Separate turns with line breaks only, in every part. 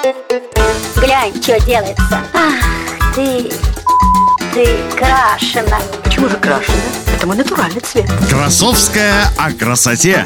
Глянь, что делается. Ах, ты крашена.
Почему же крашена? Это мой натуральный цвет.
Красовская о красоте.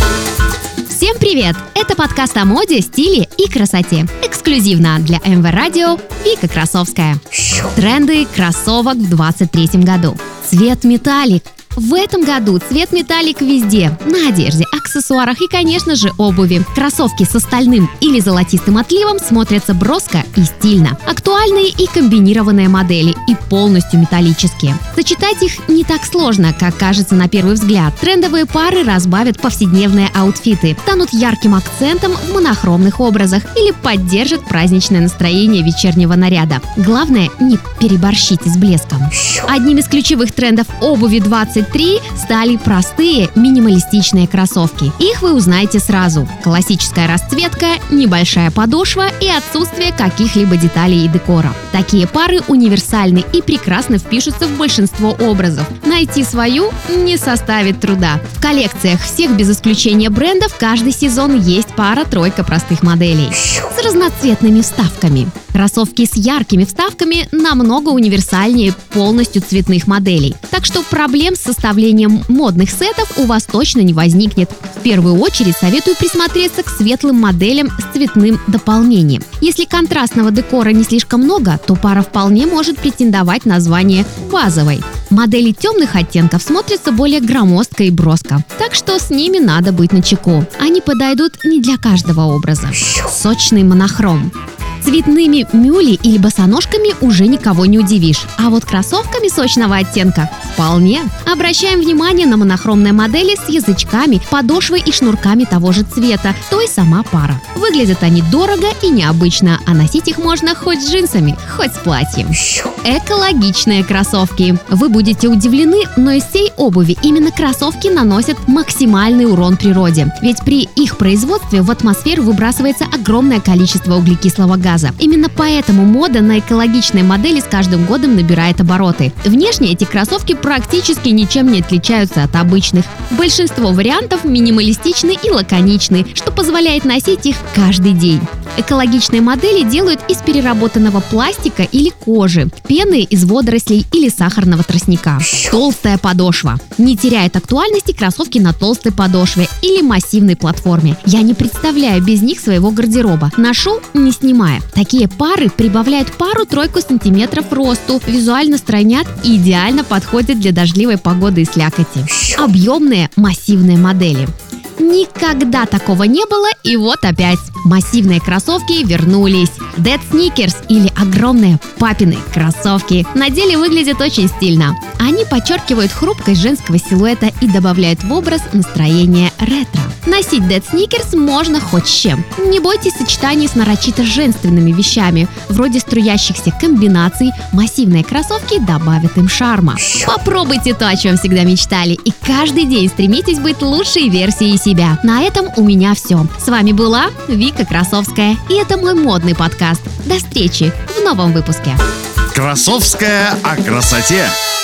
Всем привет! Это подкаст о моде, стиле и красоте. Эксклюзивно для МВ Радио Вика Красовская. Тренды кроссовок в 2023 году. Цвет металлик. В этом году цвет металлик везде. На одежде, аксессуарах и, конечно же, обуви. Кроссовки с стальным или золотистым отливом смотрятся броско и стильно. Актуальные и комбинированные модели, и полностью металлические. Сочетать их не так сложно, как кажется на первый взгляд. Трендовые пары разбавят повседневные аутфиты, станут ярким акцентом в монохромных образах или поддержат праздничное настроение вечернего наряда. Главное, не переборщите с блеском. Одним из ключевых трендов обуви 23 стали простые минималистичные кроссовки. Их вы узнаете сразу. Классическая расцветка, небольшая подошва и отсутствие каких-либо деталей и декора. Такие пары универсальны и прекрасно впишутся в большинство образов. Найти свою не составит труда. В коллекциях всех без исключения брендов каждый сезон есть пара-тройка простых моделей с разноцветными вставками. Кроссовки с яркими вставками намного универсальнее полностью цветных моделей. Так что проблем с составлением модных сетов у вас точно не возникнет. В первую очередь советую присмотреться к светлым моделям с цветным дополнением. Если контрастного декора не слишком много, то пара вполне может претендовать на звание базовой. Модели темных оттенков смотрятся более громоздко и броско, так что с ними надо быть начеку. Они подойдут не для каждого образа. Сочный монохром. Цветными мюли или босоножками уже никого не удивишь, а вот кроссовками сочного оттенка вполне. Обращаем внимание на монохромные модели с язычками, подошвой и шнурками того же цвета, то и сама пара. Выглядят они дорого и необычно, а носить их можно хоть с джинсами, хоть с платьем. Экологичные кроссовки. Вы будете удивлены, но из всей обуви именно кроссовки наносят максимальный урон природе. Ведь при их производстве в атмосферу выбрасывается огромное количество углекислого газа. Именно поэтому мода на экологичные модели с каждым годом набирает обороты. Внешне эти кроссовки практически ничем не отличаются от обычных. Большинство вариантов минималистичны и лаконичны, что позволяет носить их каждый день. Экологичные модели делают из переработанного пластика или кожи, пены из водорослей или сахарного тростника. Толстая подошва. Не теряют актуальности кроссовки на толстой подошве или массивной платформе. Я не представляю без них своего гардероба. Ношу, не снимая. Такие пары прибавляют пару-тройку сантиметров росту, визуально стройнят и идеально подходят для дождливой погоды и слякоти. Объемные массивные модели. Никогда такого не было, и вот опять. Массивные кроссовки вернулись. Dead Sneakers или огромные папины кроссовки на деле выглядят очень стильно. Они подчеркивают хрупкость женского силуэта и добавляют в образ настроение ретро. Носить Dead Sneakers можно хоть с чем. Не бойтесь сочетаний с нарочито женственными вещами, вроде струящихся комбинаций. Массивные кроссовки добавят им шарма. Попробуйте то, о чем всегда мечтали, и каждый день стремитесь быть лучшей версией себя. На этом у меня все. С вами была Вика Красовская, и это мой модный подкаст. До встречи в новом выпуске.
Красовская о красоте.